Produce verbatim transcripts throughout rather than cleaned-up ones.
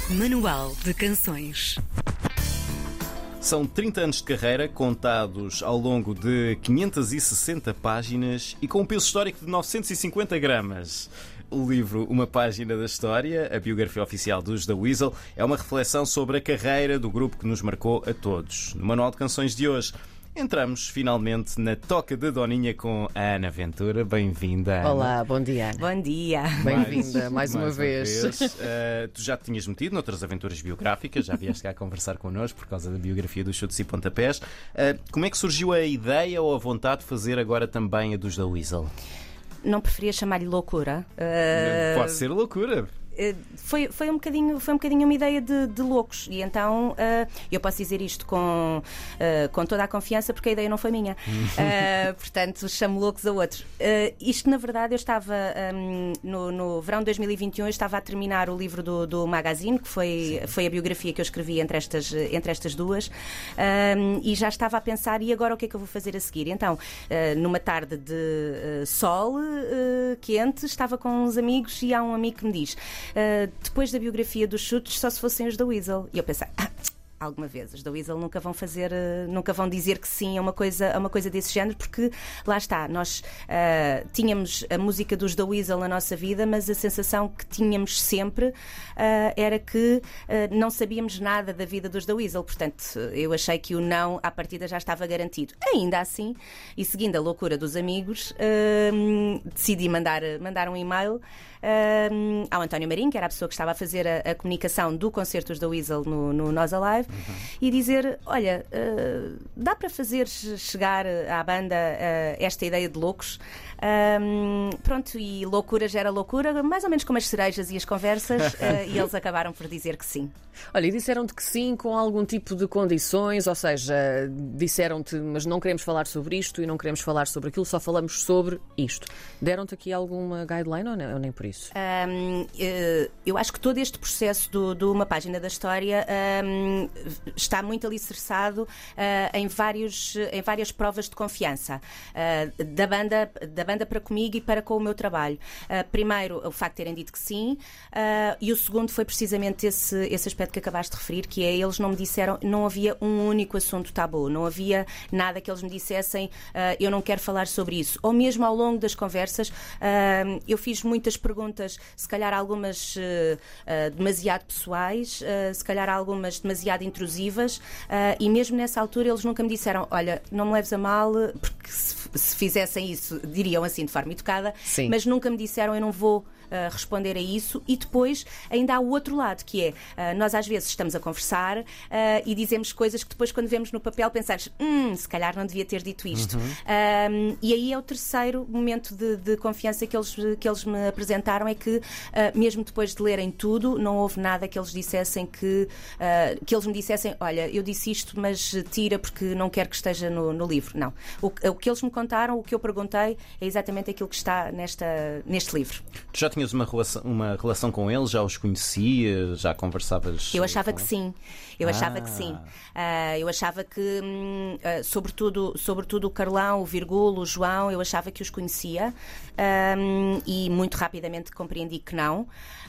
Manual de Canções. São trinta anos de carreira, contados ao longo de quinhentas e sessenta páginas e com um peso histórico de novecentos e cinquenta gramas. O livro Uma Página da História, a biografia oficial dos The Weasel, é uma reflexão sobre a carreira do grupo que nos marcou a todos. No Manual de Canções de hoje, entramos finalmente na Toca de Doninha com a Ana Ventura. Bem-vinda, Ana. Olá, bom dia, Ana. Bom dia. Bem-vinda mais, mais uma, uma vez. vez. Uh, tu já te tinhas metido noutras aventuras biográficas, já vieste cá a conversar connosco por causa da biografia dos Chutes e Pontapés. Uh, como é que surgiu a ideia ou a vontade de fazer agora também a dos The Weasel? Não preferia chamar-lhe loucura? Uh... Pode ser loucura. Foi, foi, um bocadinho, foi um bocadinho uma ideia de, de loucos. E então uh, eu posso dizer isto com, uh, com toda a confiança, porque a ideia não foi minha. uh, Portanto, chamo loucos a outros. uh, Isto, na verdade, eu estava um, no, no verão de dois mil e vinte e um, eu estava a terminar o livro do, do Magazine, que foi, foi a biografia que eu escrevi entre estas, entre estas duas, um, e já estava a pensar, e agora o que é que eu vou fazer a seguir? Então, uh, numa tarde de uh, sol uh, quente, estava com uns amigos e há um amigo que me diz: Uh, depois da biografia dos Chutes, só se fossem os The Weasel. E eu pensei, ah, alguma vez os The Weasel nunca vão fazer, uh, nunca vão dizer que sim a uma coisa, a uma coisa desse género, porque lá está, nós uh, tínhamos a música dos The Weasel na nossa vida, mas a sensação que tínhamos sempre uh, era que uh, não sabíamos nada da vida dos The Weasel. Portanto, eu achei que o não à partida já estava garantido. Ainda assim, e seguindo a loucura dos amigos, uh, decidi mandar, mandar um e-mail Um, ao António Marinho, que era a pessoa que estava a fazer a, a comunicação do concerto dos The Weasel no, no Nós Alive, uhum. e dizer, olha, uh, dá para fazer chegar à banda uh, esta ideia de loucos? Um, pronto, e loucura gera loucura, mais ou menos como as cerejas e as conversas, uh, e eles acabaram por dizer que sim. Olha, e disseram-te que sim com algum tipo de condições, ou seja, disseram-te, mas não queremos falar sobre isto e não queremos falar sobre aquilo, só falamos sobre isto. Deram-te aqui alguma guideline ou, não, ou nem por isso? Um, eu acho que todo este processo do, do Uma Página da História um, está muito alicerçado uh, em, vários, em várias provas de confiança uh, da, banda, da banda para comigo e para com o meu trabalho. Uh, primeiro, o facto de terem dito que sim, uh, e o segundo foi precisamente esse, esse aspecto que acabaste de referir, que é, eles não me disseram, não havia um único assunto tabu, não havia nada que eles me dissessem, uh, eu não quero falar sobre isso. Ou mesmo ao longo das conversas, uh, eu fiz muitas perguntas, se calhar algumas uh, uh, demasiado pessoais, uh, se calhar algumas demasiado intrusivas, uh, e mesmo nessa altura eles nunca me disseram, olha, não me leves a mal, porque se, se fizessem isso diriam assim de forma educada, Sim. mas nunca me disseram, eu não vou Uh, responder a isso. E depois ainda há o outro lado, que é, uh, nós às vezes estamos a conversar uh, e dizemos coisas que depois, quando vemos no papel, pensamos, hum, se calhar não devia ter dito isto. Uhum. Um, e aí é o terceiro momento de, de confiança que eles, que eles me apresentaram, é que uh, mesmo depois de lerem tudo, não houve nada que eles dissessem que, uh, que eles me dissessem, olha, eu disse isto, mas tira porque não quero que esteja no, no livro. Não. O, o que eles me contaram, o que eu perguntei, é exatamente aquilo que está nesta, neste livro. Tu já tinhas uma relação, uma relação com eles? Já os conhecias? Já conversavas? Eu achava que eles? sim. Eu ah. achava que sim. Uh, eu achava que, hum, uh, sobretudo, sobretudo o Carlão, o Virgulo, o João, eu achava que os conhecia, um, e muito rapidamente compreendi que não.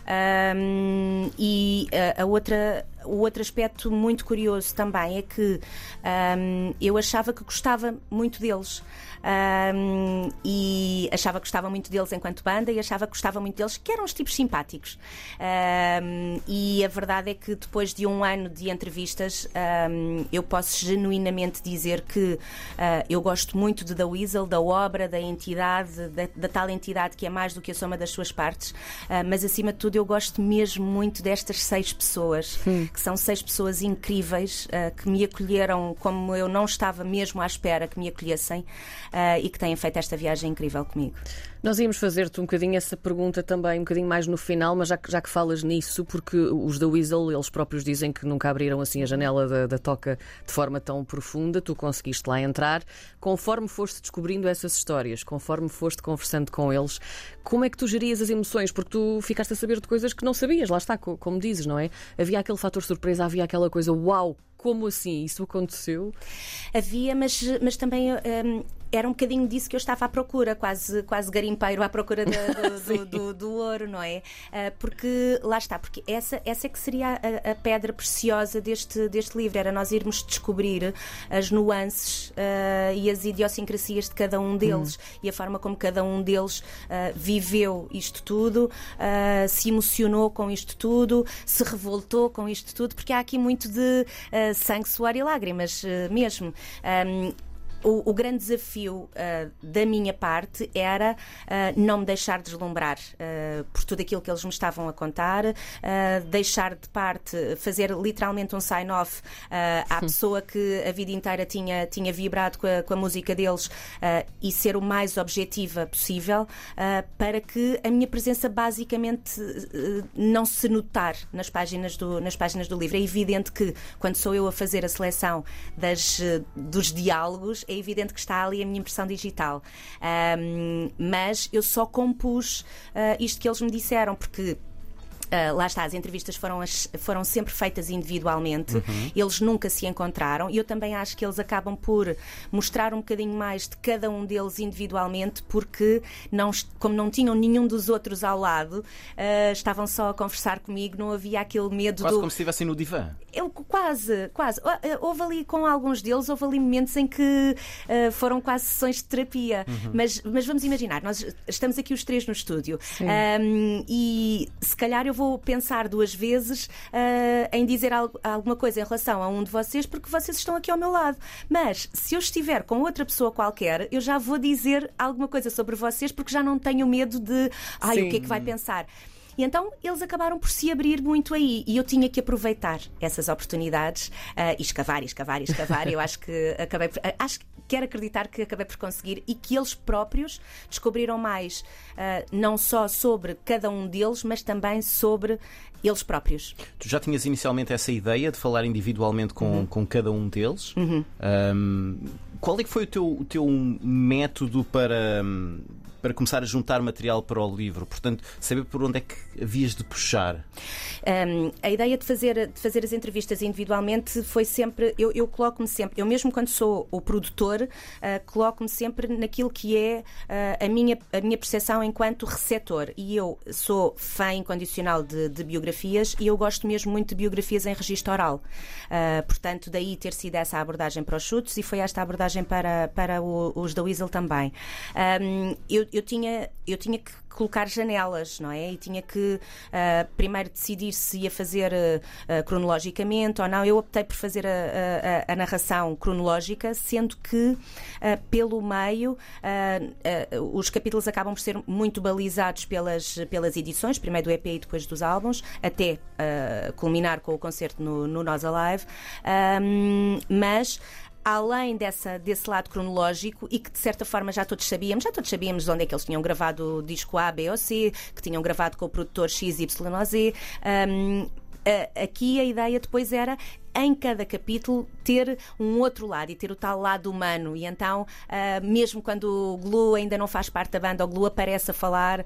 Um, e uh, a outra, o outro aspecto muito curioso também é que um, eu achava que gostava muito deles. Um, e achava que gostava muito deles enquanto banda e achava que gostava muito deles, que eram os tipos simpáticos. Um, e a verdade é que depois de um ano de entrevistas, um, eu posso genuinamente dizer que uh, eu gosto muito de The Weasel, da obra, da entidade, da, da tal entidade que é mais do que a soma das suas partes, uh, mas acima de tudo eu gosto mesmo muito destas seis pessoas, hum. que são seis pessoas incríveis, uh, que me acolheram como eu não estava mesmo à espera que me acolhessem. Uh, e que têm feito esta viagem incrível comigo. Nós íamos fazer-te um bocadinho essa pergunta também, um bocadinho mais no final, mas já que, já que falas nisso, porque os The Weasel, eles próprios dizem que nunca abriram assim a janela da, da toca de forma tão profunda, tu conseguiste lá entrar. Conforme foste descobrindo essas histórias, conforme foste conversando com eles, como é que tu gerias as emoções? Porque tu ficaste a saber de coisas que não sabias, lá está, como dizes, não é? Havia aquele fator surpresa, havia aquela coisa, uau, como assim? Isso aconteceu? Havia, mas, mas também um, era um bocadinho disso que eu estava à procura, quase, quase garimpeiro à procura da, do, do, do, do ouro, não é? Uh, porque, lá está, porque essa, essa é que seria a, a pedra preciosa deste, deste livro, era nós irmos descobrir as nuances uh, e as idiosincrasias de cada um deles hum. e a forma como cada um deles uh, viveu isto tudo, uh, se emocionou com isto tudo, se revoltou com isto tudo, porque há aqui muito de uh, sangue, suor e lágrimas uh, mesmo. Um, O, o grande desafio uh, da minha parte era uh, não me deixar deslumbrar uh, por tudo aquilo que eles me estavam a contar, uh, deixar de parte, fazer literalmente um sign-off uh, à pessoa que a vida inteira tinha, tinha vibrado com a, com a música deles uh, e ser o mais objetiva possível uh, para que a minha presença basicamente uh, não se notar nas páginas, do, nas páginas do livro. É evidente que quando sou eu a fazer a seleção das, uh, dos diálogos, é evidente que está ali a minha impressão digital. Um, mas eu só compus uh, isto que eles me disseram, porque Uh, lá está, as entrevistas foram, as, foram sempre feitas individualmente, uhum. eles nunca se encontraram e eu também acho que eles acabam por mostrar um bocadinho mais de cada um deles individualmente, porque não, como não tinham nenhum dos outros ao lado, uh, estavam só a conversar comigo, não havia aquele medo quase do... como se estivessem no divã. Eu, quase, quase. Houve ali com alguns deles, houve ali momentos em que uh, foram quase sessões de terapia, uhum. mas, mas vamos imaginar, nós estamos aqui os três no estúdio um, e se calhar eu vou pensar duas vezes uh, em dizer algo, alguma coisa em relação a um de vocês, porque vocês estão aqui ao meu lado. Mas se eu estiver com outra pessoa qualquer, eu já vou dizer alguma coisa sobre vocês, porque já não tenho medo de ai, o que é que vai pensar. E então eles acabaram por se abrir muito aí e eu tinha que aproveitar essas oportunidades uh, e escavar, e escavar, e escavar. Eu acho que acabei por, uh, acho que quero acreditar que acabei por conseguir e que eles próprios descobriram mais, uh, não só sobre cada um deles, mas também sobre eles próprios. Tu já tinhas inicialmente essa ideia de falar individualmente com, uhum. com cada um deles. Uhum. Um, qual é que foi o teu, o teu método para... para começar a juntar material para o livro? Portanto, saber por onde é que havias de puxar. Um, a ideia de fazer, de fazer as entrevistas individualmente foi sempre... Eu, eu coloco-me sempre... Eu mesmo quando sou o produtor, uh, coloco-me sempre naquilo que é uh, a, minha, a minha percepção enquanto receptor. E eu sou fã incondicional de, de biografias e eu gosto mesmo muito de biografias em registro oral. Uh, portanto, daí ter sido essa a abordagem para os chutes e foi esta a abordagem para, para o, os da Weasel também. Um, eu, Eu tinha, eu tinha que colocar janelas, não é? E tinha que uh, primeiro decidir se ia fazer uh, uh, cronologicamente ou não. Eu optei por fazer a, a, a narração cronológica, sendo que uh, pelo meio uh, uh, os capítulos acabam por ser muito balizados pelas, pelas edições, primeiro do E P e depois dos álbuns, até uh, culminar com o concerto no, no Nós Alive. Um, mas além dessa, desse lado cronológico e que de certa forma já todos sabíamos, já todos sabíamos onde é que eles tinham gravado o disco A, B ou C, que tinham gravado com o produtor X, Y ou Z. Um, aqui a ideia depois era em cada capítulo ter um outro lado e ter o tal lado humano. E então, uh, mesmo quando o Glue ainda não faz parte da banda, o Glue aparece a falar, uh,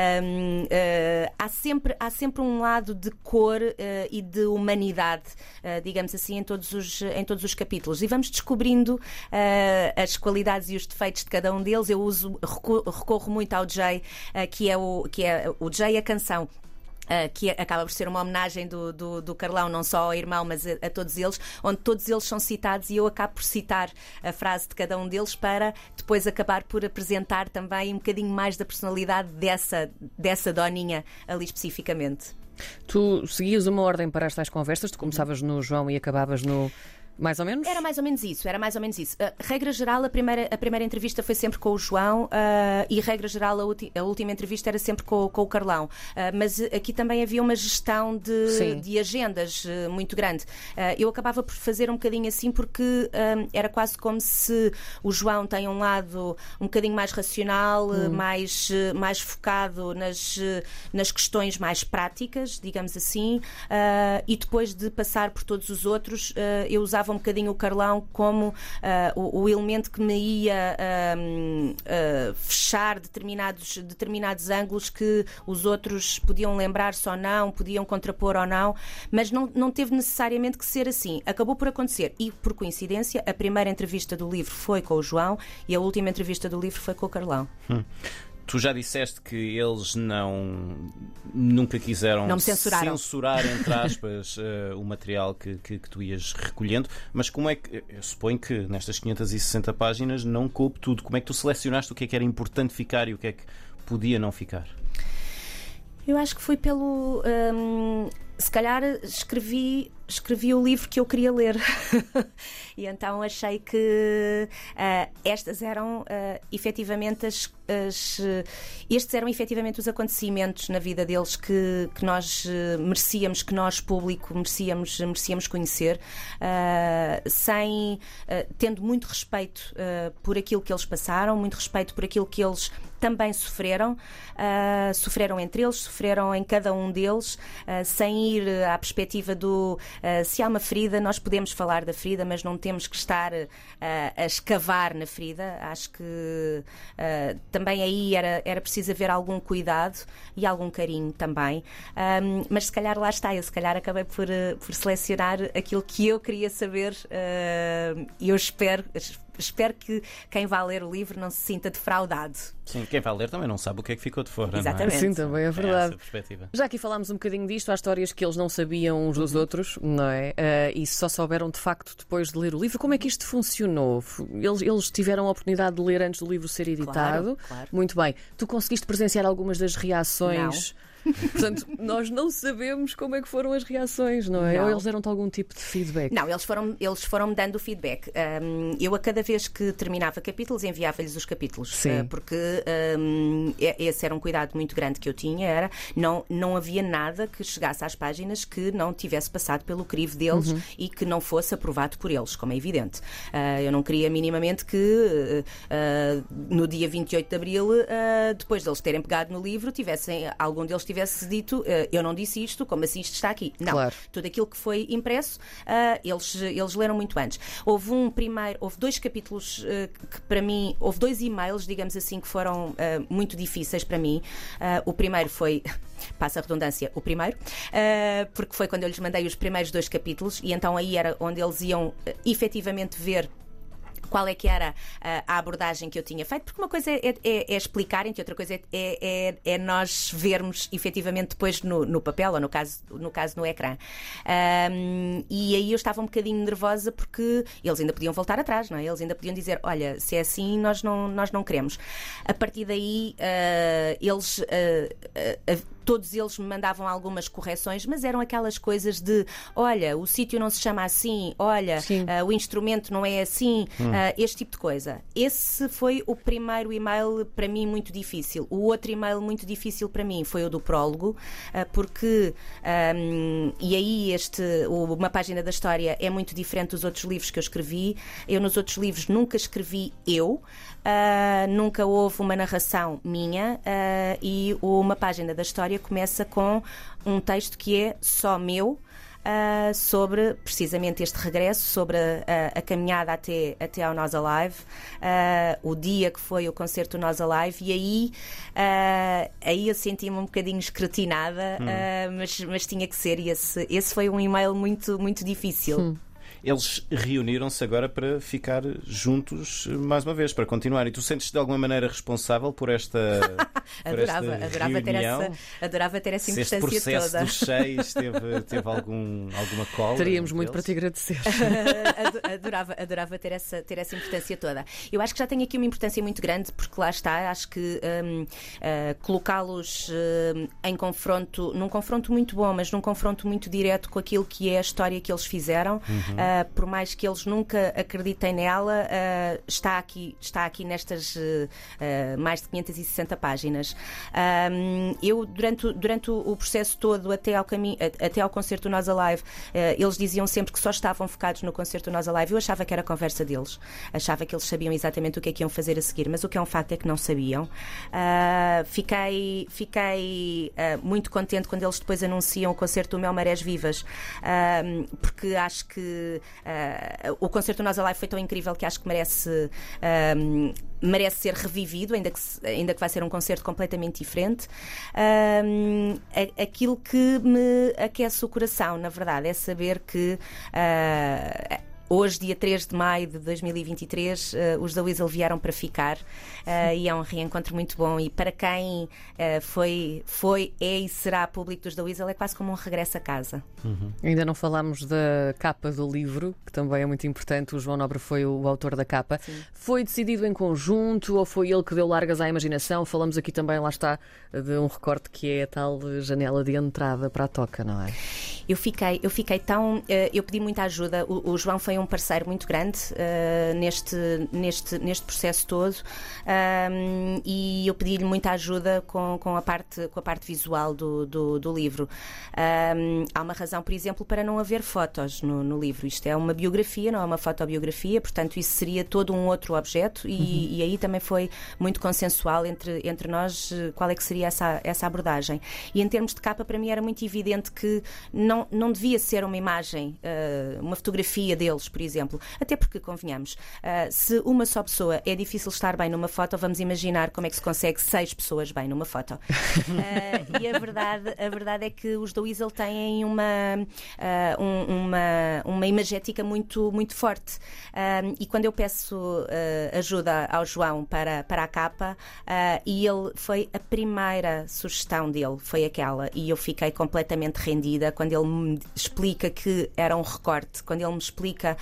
uh, há, sempre, há sempre um lado de cor uh, e de humanidade, uh, digamos assim, em todos os, em todos os capítulos. E vamos descobrindo uh, as qualidades e os defeitos de cada um deles. Eu uso, recorro, recorro muito ao Jay, uh, que é o, que é o Jay, a canção. Uh, que acaba por ser uma homenagem do, do, do Carlão, não só ao irmão, mas a, a todos eles, onde todos eles são citados e eu acabo por citar a frase de cada um deles para depois acabar por apresentar também um bocadinho mais da personalidade dessa, dessa doninha ali especificamente. Tu seguias uma ordem para as tais conversas? Tu começavas no João e acabavas no... Mais ou menos? Era mais ou menos isso, era mais ou menos isso. Uh, regra geral, a primeira, a primeira entrevista foi sempre com o João uh, e regra geral, a, ulti, a última entrevista era sempre com, com o Carlão. Uh, mas aqui também havia uma gestão de, de agendas uh, muito grande. Uh, eu acabava por fazer um bocadinho assim porque uh, era quase como se o João tem um lado um bocadinho mais racional, hum. mais, mais focado nas, nas questões mais práticas, digamos assim, uh, e depois de passar por todos os outros, uh, eu usava usava um bocadinho o Carlão como uh, o, o elemento que me ia uh, uh, fechar determinados, determinados ângulos que os outros podiam lembrar-se ou não, podiam contrapor ou não, mas não, não teve necessariamente que ser assim. Acabou por acontecer e, por coincidência, a primeira entrevista do livro foi com o João e a última entrevista do livro foi com o Carlão. Hum. Tu já disseste que eles não nunca quiseram não me censuraram. censurar, entre aspas, uh, o material que, que, que tu ias recolhendo, mas como é que, eu suponho que nestas quinhentas e sessenta páginas não coube tudo, como é que tu selecionaste o que é que era importante ficar e o que é que podia não ficar? Eu acho que foi pelo... Hum, se calhar escrevi, escrevi o livro que eu queria ler e então achei que uh, estas eram uh, efetivamente as, as, uh, estes eram efetivamente os acontecimentos na vida deles que, que nós uh, merecíamos, que nós, público, merecíamos, merecíamos conhecer, uh, sem, uh, tendo muito respeito uh, por aquilo que eles passaram, muito respeito por aquilo que eles também sofreram, uh, sofreram entre eles, sofreram em cada um deles, uh, sem ir à perspectiva do uh, se há uma ferida, nós podemos falar da ferida, mas não temos que estar uh, a escavar na ferida. Acho que uh, também aí era, era preciso haver algum cuidado e algum carinho também, um, mas se calhar lá está, eu se calhar acabei por, uh, por selecionar aquilo que eu queria saber uh, e eu espero Espero que quem vá ler o livro não se sinta defraudado. Sim, quem vai ler também não sabe o que é que ficou de fora. Exatamente. Não é? Sim, também é verdade. É perspectiva. Já aqui falámos um bocadinho disto, há histórias que eles não sabiam uns dos outros, não é? Uh, e só souberam de facto depois de ler o livro. Como é que isto funcionou? Eles, eles tiveram a oportunidade de ler antes do livro ser editado. Claro, claro. Muito bem. Tu conseguiste presenciar algumas das reações? Não. Portanto, nós não sabemos como é que foram as reações, não é? Não. Ou eles deram-te algum tipo de feedback? Não, eles foram, eles foram-me dando o feedback. Um, eu, a cada vez que terminava capítulos, enviava-lhes os capítulos. Sim. Uh, porque um, esse era um cuidado muito grande que eu tinha. Era, não, não havia nada que chegasse às páginas que não tivesse passado pelo crivo deles uhum. e que não fosse aprovado por eles, como é evidente. Uh, eu não queria minimamente que uh, uh, no dia vinte e oito de abril, uh, depois deles terem pegado no livro, tivessem, algum deles tivesse dito, uh, eu não disse isto, como assim isto está aqui? Não. Claro. Tudo aquilo que foi impresso, uh, eles, eles leram muito antes. Houve um primeiro, houve dois capítulos uh, que para mim, houve dois e-mails, digamos assim, que foram uh, muito difíceis para mim. Uh, o primeiro foi, passa a redundância, o primeiro, uh, porque foi quando eu lhes mandei os primeiros dois capítulos e então aí era onde eles iam uh, efetivamente ver qual é que era uh, a abordagem que eu tinha feito, porque uma coisa é, é, é explicarem, e outra coisa é, é, é nós vermos efetivamente depois no, no papel, ou no caso, no caso no ecrã. Um, e aí eu estava um bocadinho nervosa porque eles ainda podiam voltar atrás, não é? Eles ainda podiam dizer, olha, se é assim nós não, nós não queremos. A partir daí uh, eles... Uh, uh, uh, todos eles me mandavam algumas correções, mas eram aquelas coisas de, olha, o sítio não se chama assim, olha, uh, o instrumento não é assim, hum. uh, este tipo de coisa. Esse foi o primeiro e-mail para mim muito difícil. O outro e-mail muito difícil para mim foi o do prólogo, uh, porque, um, e aí este, o, uma página da história é muito diferente dos outros livros que eu escrevi. Eu nos outros livros nunca escrevi eu, uh, nunca houve uma narração minha uh, e uma página da história começa com um texto que é só meu, uh, sobre precisamente este regresso, sobre a, a, a caminhada até, até ao Nós Alive, uh, o dia que foi o concerto Nós Alive, e aí, uh, aí eu senti-me um bocadinho escrutinada, hum. uh, mas, mas tinha que ser, e esse, esse foi um e-mail muito, muito difícil. Hum. Eles reuniram-se agora para ficar juntos mais uma vez, para continuar. E tu sentes-te de alguma maneira responsável por esta por adorava, esta adorava, ter essa, adorava ter essa importância toda. Se este processo dos seis teve, teve algum, alguma cola? Teríamos muito para te agradecer. adorava, adorava ter essa, ter essa importância toda. Eu acho que já tem aqui uma importância muito grande, porque lá está, acho que um, uh, colocá-los uh, em confronto, num confronto muito bom, mas num confronto muito direto com aquilo que é a história que eles fizeram. Uhum. Uh, por mais que eles nunca acreditem nela, uh, está, aqui, está aqui nestas uh, uh, mais de quinhentas e sessenta páginas. Um, eu, durante, durante o processo todo, até ao, caminho, até ao concerto Nós Alive, uh, eles diziam sempre que só estavam focados no concerto Nós Alive. Eu achava que era a conversa deles, achava que eles sabiam exatamente o que é que iam fazer a seguir, mas o que é um facto é que não sabiam. Uh, fiquei fiquei uh, muito contente quando eles depois anunciam o concerto do Mel Marés Vivas, uh, porque acho que uh, o concerto do Nós Alive foi tão incrível que acho que merece. Um, merece ser revivido, ainda que, ainda que vai ser um concerto completamente diferente. Um, aquilo que me aquece o coração, na verdade, é saber que uh, hoje, dia três de maio de dois mil e vinte e três, uh, os da Weasel vieram para ficar uh, e é um reencontro muito bom. E para quem uh, foi, foi, é e será público dos da Weasel, é quase como um regresso a casa. Uhum. Ainda não falámos da capa do livro, que também é muito importante. O João Nobre foi o autor da capa. Sim. Foi decidido em conjunto ou foi ele que deu largas à imaginação? Falamos aqui também, lá está, de um recorte que é a tal janela de entrada para a toca, não é? Eu fiquei, eu fiquei tão... Uh, eu pedi muita ajuda. O, o João foi um parceiro muito grande uh, neste, neste, neste processo todo, um, e eu pedi-lhe muita ajuda com, com, a parte, com a parte visual do, do, do livro. Um, há uma razão, por exemplo, para não haver fotos no, no livro. Isto é uma biografia, não é uma fotobiografia, portanto isso seria todo um outro objeto e, uhum. e aí também foi muito consensual entre, entre nós qual é que seria essa, essa abordagem. E em termos de capa, para mim era muito evidente que não, não devia ser uma imagem, uh, uma fotografia deles, por exemplo. Até porque, convenhamos, uh, se uma só pessoa é difícil estar bem numa foto, vamos imaginar como é que se consegue seis pessoas bem numa foto. Uh, e a verdade, a verdade é que os da Weasel têm uma, uh, um, uma, uma imagética muito, muito forte. Uh, e quando eu peço uh, ajuda ao João para, para a capa, uh, e ele foi a primeira sugestão dele, foi aquela, e eu fiquei completamente rendida quando ele me explica que era um recorte, quando ele me explica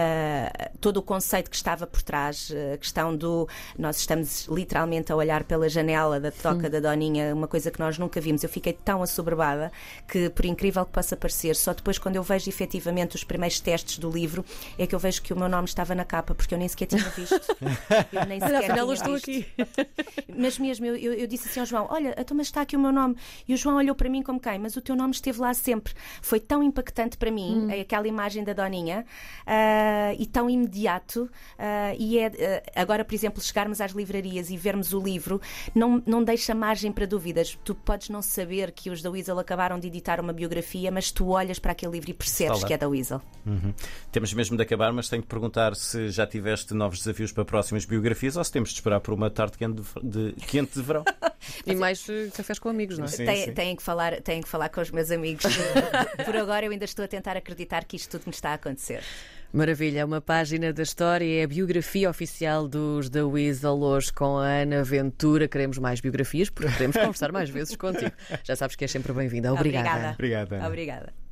uh, todo o conceito que estava por trás, a questão do nós estamos literalmente a olhar pela janela da toca Sim. da Doninha, uma coisa que nós nunca vimos. Eu fiquei tão assoberbada que, por incrível que possa parecer, só depois quando eu vejo efetivamente os primeiros testes do livro é que eu vejo que o meu nome estava na capa, porque eu nem sequer tinha visto. Eu nem sequer Afinal, tinha estou visto. aqui. Mas mesmo, eu, eu, eu disse assim ao João, olha, então, mas está aqui o meu nome. E o João olhou para mim como quem? Mas o teu nome esteve lá sempre. Foi tão impactante para mim, hum. aquela imagem da Doninha, uh, e tão imediato, uh, e é, uh, agora, por exemplo, chegarmos às livrarias e vermos o livro, não, não deixa margem para dúvidas. Tu podes não saber que os da Weasel acabaram de editar uma biografia, mas tu olhas para aquele livro e percebes que é da Weasel. Uhum. Temos mesmo de acabar, mas tenho de perguntar se já tiveste novos desafios para próximas biografias ou se temos de esperar por uma tarde quente de, de, quente de verão. E mais uh, cafés com amigos, não é? Sim, Tem, sim. Tenho que falar, tenho que falar com os meus amigos. Por agora eu ainda estou a tentar acreditar que isto tudo me está a acontecer. Maravilha, uma página da história, é a biografia oficial dos da Weasel, hoje com a Ana Ventura. Queremos mais biografias porque queremos conversar mais vezes contigo. Já sabes que és sempre bem-vinda. Obrigada. Obrigada. Obrigada. Obrigada.